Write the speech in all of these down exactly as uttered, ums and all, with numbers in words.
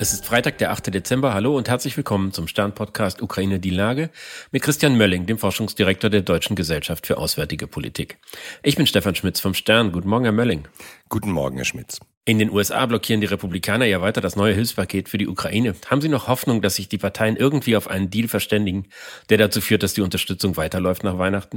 Es ist Freitag, der achte Dezember. Hallo und herzlich willkommen zum Stern-Podcast Ukraine die Lage mit Christian Mölling, dem Forschungsdirektor der Deutschen Gesellschaft für Auswärtige Politik. Ich bin Stefan Schmitz vom Stern. Guten Morgen, Herr Mölling. Guten Morgen, Herr Schmitz. In den U S A blockieren die Republikaner ja weiter das neue Hilfspaket für die Ukraine. Haben Sie noch Hoffnung, dass sich die Parteien irgendwie auf einen Deal verständigen, der dazu führt, dass die Unterstützung weiterläuft nach Weihnachten?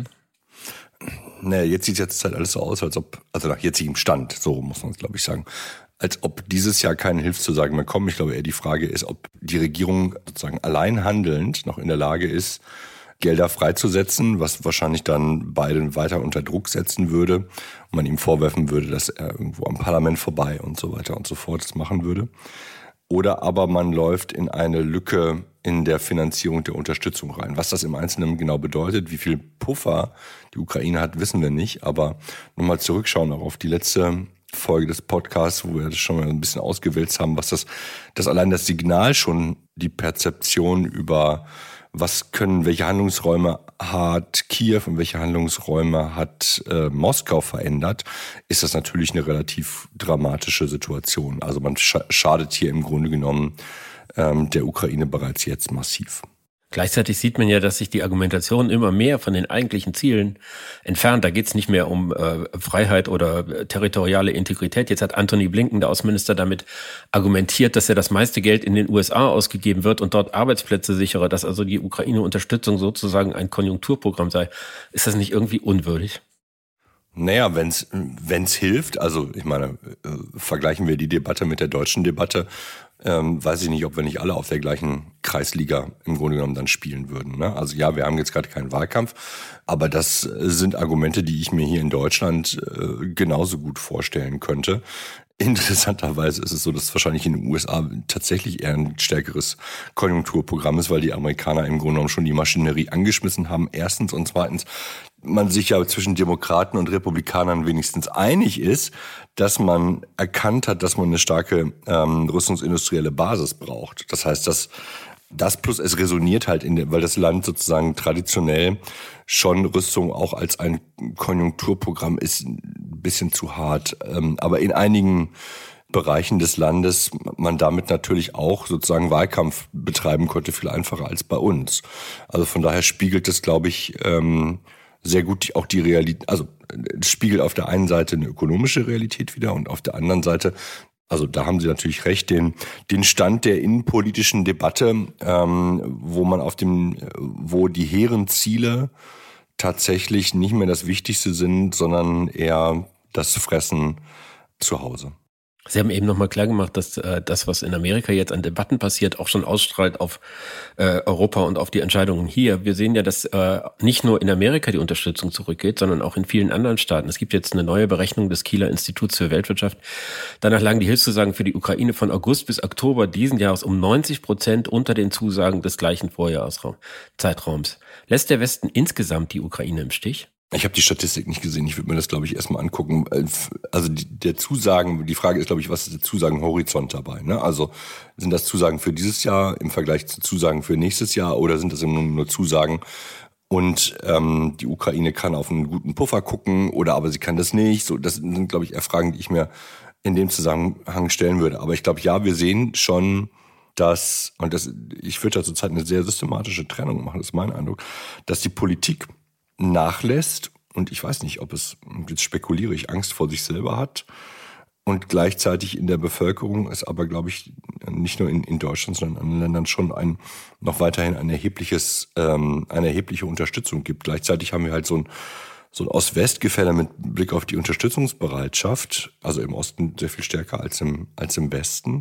Naja, jetzt sieht jetzt halt alles so aus, als ob, also nach jetzigem Stand, so muss man es, glaube ich, sagen, als ob dieses Jahr keine Hilfszusagen mehr kommen. Ich glaube eher die Frage ist, ob die Regierung sozusagen allein handelnd noch in der Lage ist, Gelder freizusetzen, was wahrscheinlich dann Biden weiter unter Druck setzen würde und man ihm vorwerfen würde, dass er irgendwo am Parlament vorbei und so weiter und so fort das machen würde. Oder aber man läuft in eine Lücke in der Finanzierung der Unterstützung rein. Was das im Einzelnen genau bedeutet, wie viel Puffer die Ukraine hat, wissen wir nicht. Aber nochmal zurückschauen auch auf die letzte Folge des Podcasts, wo wir das schon mal ein bisschen ausgewälzt haben, was das, das allein das Signal schon die Perzeption über was können, welche Handlungsräume hat Kiew und welche Handlungsräume hat äh, Moskau verändert, ist das natürlich eine relativ dramatische Situation. Also man sch- schadet hier im Grunde genommen ähm, der Ukraine bereits jetzt massiv. Gleichzeitig sieht man ja, dass sich die Argumentation immer mehr von den eigentlichen Zielen entfernt. Da geht es nicht mehr um äh, Freiheit oder äh, territoriale Integrität. Jetzt hat Antony Blinken, der Außenminister, damit argumentiert, dass ja das meiste Geld in den U S A ausgegeben wird und dort Arbeitsplätze sichere, dass also die Ukraine-Unterstützung sozusagen ein Konjunkturprogramm sei. Ist das nicht irgendwie unwürdig? Naja, wenn's wenn's hilft, also ich meine, äh, vergleichen wir die Debatte mit der deutschen Debatte, ähm, weiß ich nicht, ob wir nicht alle auf der gleichen Kreisliga im Grunde genommen dann spielen würden. Ne? Also ja, wir haben jetzt gerade keinen Wahlkampf, aber das sind Argumente, die ich mir hier in Deutschland äh, genauso gut vorstellen könnte. Interessanterweise ist es so, dass wahrscheinlich in den U S A tatsächlich eher ein stärkeres Konjunkturprogramm ist, weil die Amerikaner im Grunde genommen schon die Maschinerie angeschmissen haben. Erstens und zweitens, man sich ja zwischen Demokraten und Republikanern wenigstens einig ist, dass man erkannt hat, dass man eine starke ähm, rüstungsindustrielle Basis braucht. Das heißt, dass das plus es resoniert halt, in der, weil das Land sozusagen traditionell schon Rüstung auch als ein Konjunkturprogramm ist, ein bisschen zu hart. Aber in einigen Bereichen des Landes man damit natürlich auch sozusagen Wahlkampf betreiben konnte, viel einfacher als bei uns. Also von daher spiegelt es, glaube ich, sehr gut auch die Realität, also es spiegelt auf der einen Seite eine ökonomische Realität wider und auf der anderen Seite, also da haben Sie natürlich recht, den den Stand der innenpolitischen Debatte, ähm, wo man auf dem, wo die hehren Ziele tatsächlich nicht mehr das Wichtigste sind, sondern eher das Fressen zu Hause. Sie haben eben nochmal klar gemacht, dass äh, das, was in Amerika jetzt an Debatten passiert, auch schon ausstrahlt auf äh, Europa und auf die Entscheidungen hier. Wir sehen ja, dass äh, nicht nur in Amerika die Unterstützung zurückgeht, sondern auch in vielen anderen Staaten. Es gibt jetzt eine neue Berechnung des Kieler Instituts für Weltwirtschaft. Danach lagen die Hilfszusagen für die Ukraine von August bis Oktober diesen Jahres um neunzig Prozent unter den Zusagen des gleichen Vorjahreszeitraums. Lässt der Westen insgesamt die Ukraine im Stich? Ich habe die Statistik nicht gesehen. Ich würde mir das, glaube ich, erstmal angucken. Also die, der Zusagen, die Frage ist, glaube ich, was ist der Zusagenhorizont dabei? Ne? Also sind das Zusagen für dieses Jahr im Vergleich zu Zusagen für nächstes Jahr oder sind das immer nur Zusagen und ähm, die Ukraine kann auf einen guten Puffer gucken oder aber sie kann das nicht? So, das sind, glaube ich, eher Fragen, die ich mir in dem Zusammenhang stellen würde. Aber ich glaube, ja, wir sehen schon, dass, und das, ich würde da zurzeit eine sehr systematische Trennung machen, das ist mein Eindruck, dass die Politik nachlässt und ich weiß nicht, ob es, jetzt spekuliere ich, Angst vor sich selber hat und gleichzeitig in der Bevölkerung es aber, glaube ich, nicht nur in, in Deutschland, sondern in anderen Ländern schon ein noch weiterhin ein erhebliches, ähm, eine erhebliche Unterstützung gibt. Gleichzeitig haben wir halt so ein so ein Ost-West-Gefälle mit Blick auf die Unterstützungsbereitschaft, also im Osten sehr viel stärker als im als im Westen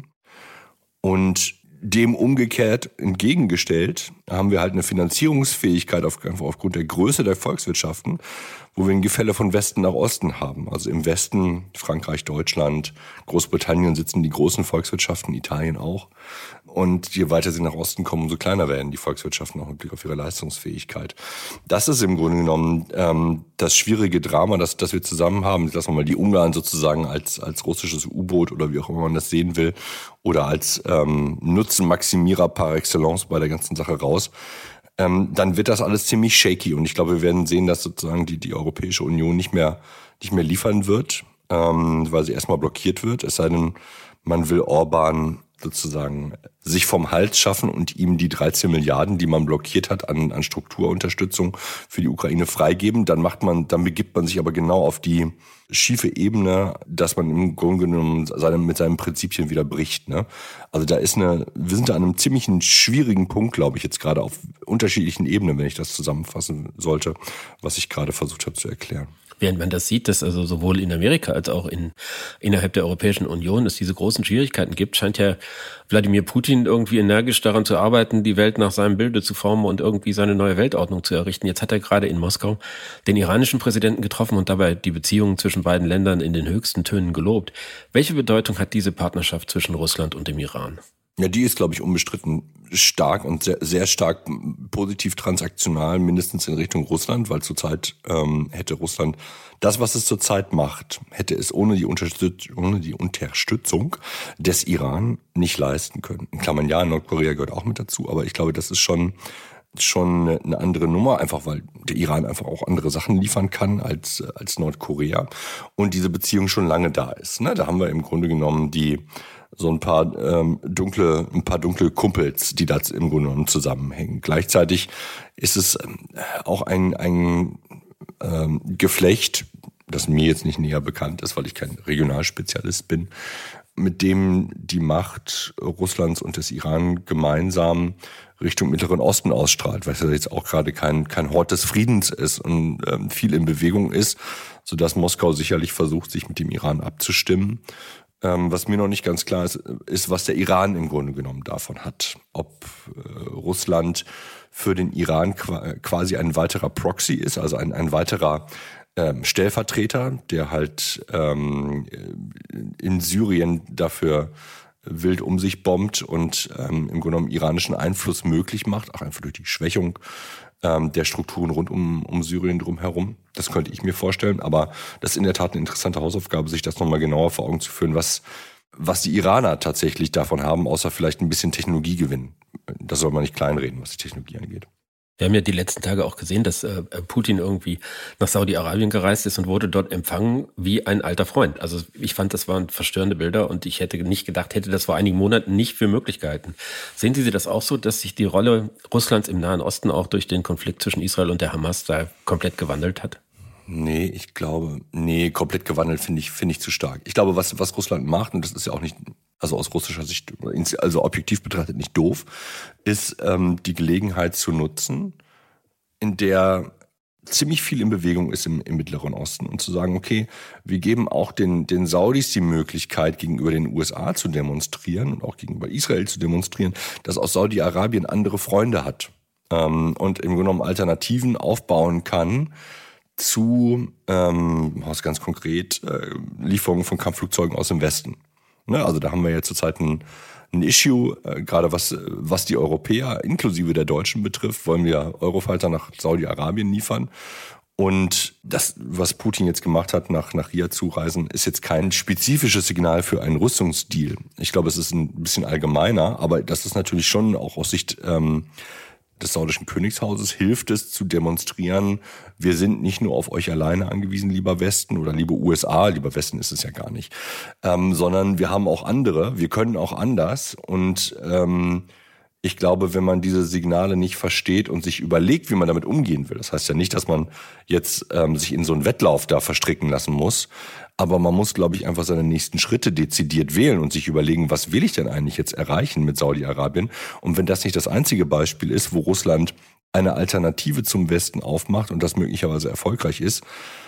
und dem umgekehrt entgegengestellt haben wir halt eine Finanzierungsfähigkeit auf, aufgrund der Größe der Volkswirtschaften, wo wir ein Gefälle von Westen nach Osten haben. Also im Westen Frankreich, Deutschland, Großbritannien sitzen die großen Volkswirtschaften, Italien auch. Und je weiter sie nach Osten kommen, umso kleiner werden die Volkswirtschaften auch mit Blick auf ihre Leistungsfähigkeit. Das ist im Grunde genommen ähm, das schwierige Drama, das, das wir zusammen haben. Lassen wir mal die Ungarn sozusagen als, als russisches U-Boot oder wie auch immer man das sehen will oder als ähm, Nutzenmaximierer par excellence bei der ganzen Sache raus. Ähm, dann wird das alles ziemlich shaky. Und ich glaube, wir werden sehen, dass sozusagen die, die Europäische Union nicht mehr, nicht mehr liefern wird, ähm, weil sie erstmal blockiert wird. Es sei denn, man will Orban sozusagen sich vom Hals schaffen und ihm die dreizehn Milliarden, die man blockiert hat an, an Strukturunterstützung für die Ukraine freigeben. Dann macht man, dann begibt man sich aber genau auf die schiefe Ebene, dass man im Grunde genommen seine, mit seinen Prinzipien wieder bricht. Ne? Also da ist eine, wir sind da an einem ziemlichen schwierigen Punkt, glaube ich, jetzt gerade auf unterschiedlichen Ebenen, wenn ich das zusammenfassen sollte, was ich gerade versucht habe zu erklären. Während man das sieht, dass also sowohl in Amerika als auch in, innerhalb der Europäischen Union es diese großen Schwierigkeiten gibt, scheint ja Wladimir Putin irgendwie energisch daran zu arbeiten, die Welt nach seinem Bilde zu formen und irgendwie seine neue Weltordnung zu errichten. Jetzt hat er gerade in Moskau den iranischen Präsidenten getroffen und dabei die Beziehungen zwischen beiden Ländern in den höchsten Tönen gelobt. Welche Bedeutung hat diese Partnerschaft zwischen Russland und dem Iran? Ja, die ist, glaube ich, unbestritten stark und sehr, sehr stark positiv transaktional, mindestens in Richtung Russland, weil zurzeit ähm, hätte Russland das, was es zurzeit macht, hätte es ohne die, Unterstütz- ohne die Unterstützung des Iran nicht leisten können. In Klammern ja, Nordkorea gehört auch mit dazu, aber ich glaube, das ist schon schon eine andere Nummer, einfach weil der Iran einfach auch andere Sachen liefern kann als als Nordkorea und diese Beziehung schon lange da ist. Ne? Da haben wir im Grunde genommen die so ein paar ähm, dunkle, ein paar dunkle Kumpels, die da im Grunde genommen zusammenhängen. Gleichzeitig ist es auch ein ein ähm, Geflecht, das mir jetzt nicht näher bekannt ist, weil ich kein Regionalspezialist bin, mit dem die Macht Russlands und des Iran gemeinsam Richtung Mittleren Osten ausstrahlt, weil es ja jetzt auch gerade kein kein Hort des Friedens ist und ähm, viel in Bewegung ist, sodass Moskau sicherlich versucht, sich mit dem Iran abzustimmen. Ähm, was mir noch nicht ganz klar ist, ist, was der Iran im Grunde genommen davon hat. Ob äh, Russland für den Iran qu- quasi ein weiterer Proxy ist, also ein, ein weiterer ähm, Stellvertreter, der halt ähm, in Syrien dafür wild um sich bombt und ähm, im Grunde genommen iranischen Einfluss möglich macht, auch einfach durch die Schwächung ähm, der Strukturen rund um, um Syrien drumherum. Das könnte ich mir vorstellen, aber das ist in der Tat eine interessante Hausaufgabe, sich das nochmal genauer vor Augen zu führen, was, was die Iraner tatsächlich davon haben, außer vielleicht ein bisschen Technologiegewinn. Das soll man nicht kleinreden, was die Technologie angeht. Wir haben ja die letzten Tage auch gesehen, dass äh, Putin irgendwie nach Saudi-Arabien gereist ist und wurde dort empfangen wie ein alter Freund. Also ich fand, das waren verstörende Bilder und ich hätte nicht gedacht, hätte das vor einigen Monaten nicht für möglich gehalten. Sehen Sie das auch so, dass sich die Rolle Russlands im Nahen Osten auch durch den Konflikt zwischen Israel und der Hamas da komplett gewandelt hat? Nee, ich glaube, nee, komplett gewandelt finde ich, finde ich zu stark. Ich glaube, was, was Russland macht, und das ist ja auch nicht, also aus russischer Sicht, also objektiv betrachtet nicht doof, ist ähm, die Gelegenheit zu nutzen, in der ziemlich viel in Bewegung ist im, im Mittleren Osten und zu sagen, okay, wir geben auch den, den Saudis die Möglichkeit, gegenüber den U S A zu demonstrieren und auch gegenüber Israel zu demonstrieren, dass auch Saudi-Arabien andere Freunde hat ähm, und im Grunde genommen Alternativen aufbauen kann zu, ähm, was ganz konkret, äh, Lieferungen von Kampfflugzeugen aus dem Westen. Ne, also da haben wir ja zurzeit ein, ein Issue, äh, gerade was, was die Europäer inklusive der Deutschen betrifft, wollen wir Eurofighter nach Saudi-Arabien liefern. Und das, was Putin jetzt gemacht hat, nach, nach Riyadh zu reisen, ist jetzt kein spezifisches Signal für einen Rüstungsdeal. Ich glaube, es ist ein bisschen allgemeiner, aber das ist natürlich schon auch aus Sicht ähm, des saudischen Königshauses, hilft es zu demonstrieren, wir sind nicht nur auf euch alleine angewiesen, lieber Westen oder liebe U S A, lieber Westen ist es ja gar nicht, ähm, sondern wir haben auch andere, wir können auch anders und ähm, ich glaube, wenn man diese Signale nicht versteht und sich überlegt, wie man damit umgehen will, das heißt ja nicht, dass man jetzt ähm, sich in so einen Wettlauf da verstricken lassen muss, aber man muss, glaube ich, einfach seine nächsten Schritte dezidiert wählen und sich überlegen, was will ich denn eigentlich jetzt erreichen mit Saudi-Arabien? Und wenn das nicht das einzige Beispiel ist, wo Russland eine Alternative zum Westen aufmacht und das möglicherweise erfolgreich ist,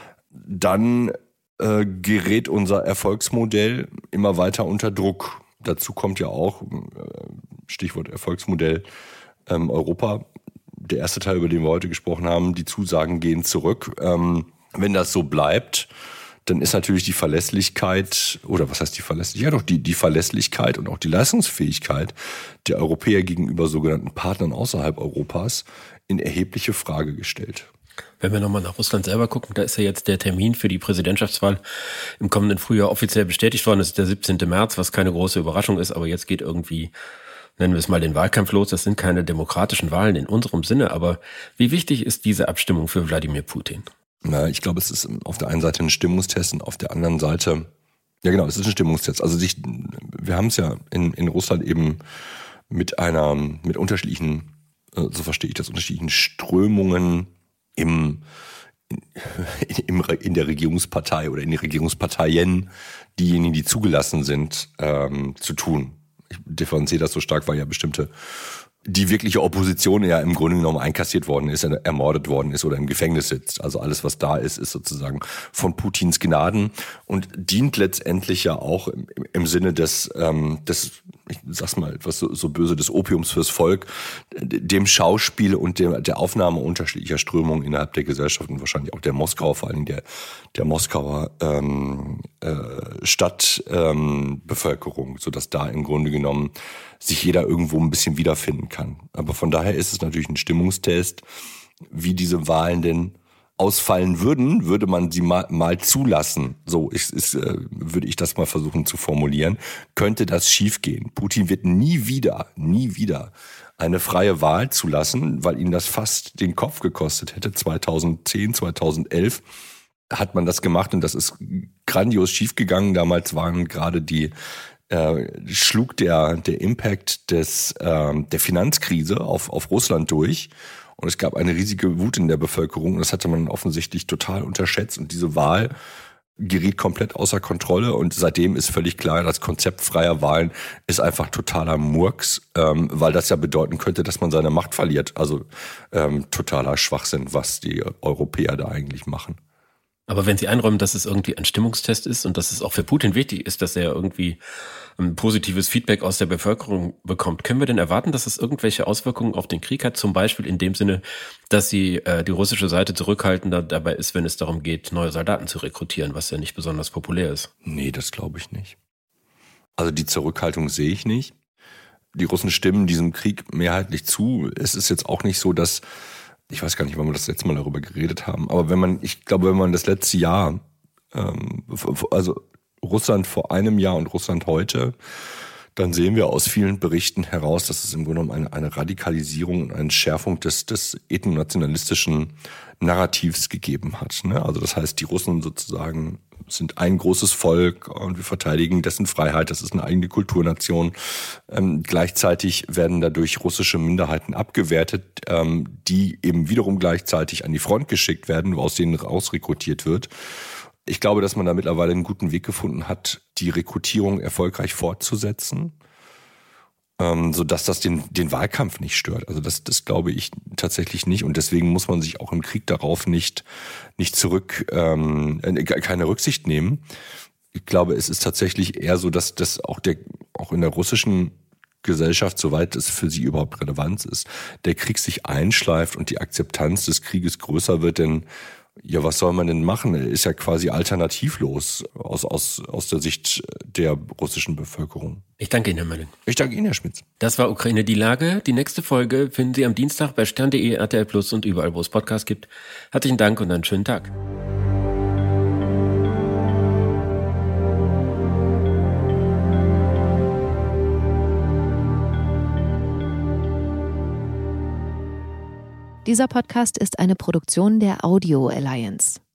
dann äh, gerät unser Erfolgsmodell immer weiter unter Druck. Dazu kommt ja auch, Stichwort Erfolgsmodell, ähm, Europa, der erste Teil, über den wir heute gesprochen haben, die Zusagen gehen zurück. Ähm, wenn das so bleibt, dann ist natürlich die Verlässlichkeit, oder was heißt die Verlässlichkeit? Ja doch, die, die Verlässlichkeit und auch die Leistungsfähigkeit der Europäer gegenüber sogenannten Partnern außerhalb Europas in erhebliche Frage gestellt. Wenn wir nochmal nach Russland selber gucken, da ist ja jetzt der Termin für die Präsidentschaftswahl im kommenden Frühjahr offiziell bestätigt worden. Das ist der siebzehnte März, was keine große Überraschung ist, aber jetzt geht irgendwie, nennen wir es mal, den Wahlkampf los. Das sind keine demokratischen Wahlen in unserem Sinne, aber wie wichtig ist diese Abstimmung für Wladimir Putin? Na, ich glaube, es ist auf der einen Seite ein Stimmungstest und auf der anderen Seite Ja, genau, es ist ein Stimmungstest. Also sich, wir haben es ja in, in Russland eben mit einer, mit unterschiedlichen, so verstehe ich das, unterschiedlichen Strömungen im, in, in der Regierungspartei oder in den Regierungsparteien, diejenigen, die zugelassen sind, ähm, zu tun. Ich differenziere das so stark, weil ja bestimmte, die wirkliche Opposition ja im Grunde genommen einkassiert worden ist, ermordet worden ist oder im Gefängnis sitzt. Also alles, was da ist, ist sozusagen von Putins Gnaden und dient letztendlich ja auch im, im Sinne des, ähm, des, ich sag's mal etwas so, so böse, des Opiums fürs Volk, dem Schauspiel und der, der Aufnahme unterschiedlicher Strömungen innerhalb der Gesellschaft und wahrscheinlich auch der Moskauer, vor allem der, der Moskauer ähm, äh, Stadtbevölkerung, ähm, sodass da im Grunde genommen sich jeder irgendwo ein bisschen wiederfinden kann. Aber von daher ist es natürlich ein Stimmungstest, wie diese Wahlen denn ausfallen würden, würde man sie mal, mal zulassen. So ist, ist, äh, würde ich das mal versuchen zu formulieren. Könnte das schiefgehen? Putin wird nie wieder, nie wieder eine freie Wahl zulassen, weil ihm das fast den Kopf gekostet hätte. zweitausendzehn, zweitausendelf hat man das gemacht und das ist grandios schiefgegangen. Damals waren gerade die Äh, schlug der der Impact des äh, der Finanzkrise auf auf Russland durch und es gab eine riesige Wut in der Bevölkerung und das hatte man offensichtlich total unterschätzt und diese Wahl geriet komplett außer Kontrolle und seitdem ist völlig klar, das Konzept freier Wahlen ist einfach totaler Murks, ähm, weil das ja bedeuten könnte, dass man seine Macht verliert. Also ähm, totaler Schwachsinn, was die Europäer da eigentlich machen. Aber wenn Sie einräumen, dass es irgendwie ein Stimmungstest ist und dass es auch für Putin wichtig ist, dass er irgendwie ein positives Feedback aus der Bevölkerung bekommt, können wir denn erwarten, dass es irgendwelche Auswirkungen auf den Krieg hat? Zum Beispiel in dem Sinne, dass sie äh, die russische Seite zurückhaltender dabei ist, wenn es darum geht, neue Soldaten zu rekrutieren, was ja nicht besonders populär ist. Nee, das glaube ich nicht. Also die Zurückhaltung sehe ich nicht. Die Russen stimmen diesem Krieg mehrheitlich zu. Es ist jetzt auch nicht so, dass ich weiß gar nicht, wann wir das letzte Mal darüber geredet haben, aber wenn man, ich glaube, wenn man das letzte Jahr, ähm, also Russland vor einem Jahr und Russland heute, dann sehen wir aus vielen Berichten heraus, dass es im Grunde genommen eine, eine Radikalisierung und eine Schärfung des, des ethnonationalistischen Narrativs gegeben hat. Ne? Also das heißt, die Russen sozusagen sind ein großes Volk und wir verteidigen dessen Freiheit, das ist eine eigene Kulturnation. Ähm, gleichzeitig werden dadurch russische Minderheiten abgewertet, ähm, die eben wiederum gleichzeitig an die Front geschickt werden, aus denen rausrekrutiert wird. Ich glaube, dass man da mittlerweile einen guten Weg gefunden hat, die Rekrutierung erfolgreich fortzusetzen, ähm, sodass das den, den Wahlkampf nicht stört. Also das, das glaube ich tatsächlich nicht. Und deswegen muss man sich auch im Krieg darauf nicht, nicht zurück, ähm, keine Rücksicht nehmen. Ich glaube, es ist tatsächlich eher so, dass das auch der, auch in der russischen Gesellschaft, soweit es für sie überhaupt Relevanz ist, der Krieg sich einschleift und die Akzeptanz des Krieges größer wird, denn ja, was soll man denn machen? Er ist ja quasi alternativlos aus, aus, aus der Sicht der russischen Bevölkerung. Ich danke Ihnen, Herr Mölling. Ich danke Ihnen, Herr Schmitz. Das war Ukraine die Lage. Die nächste Folge finden Sie am Dienstag bei stern punkt de, R T L Plus und überall, wo es Podcasts gibt. Herzlichen Dank und einen schönen Tag. Dieser Podcast ist eine Produktion der Audio Alliance.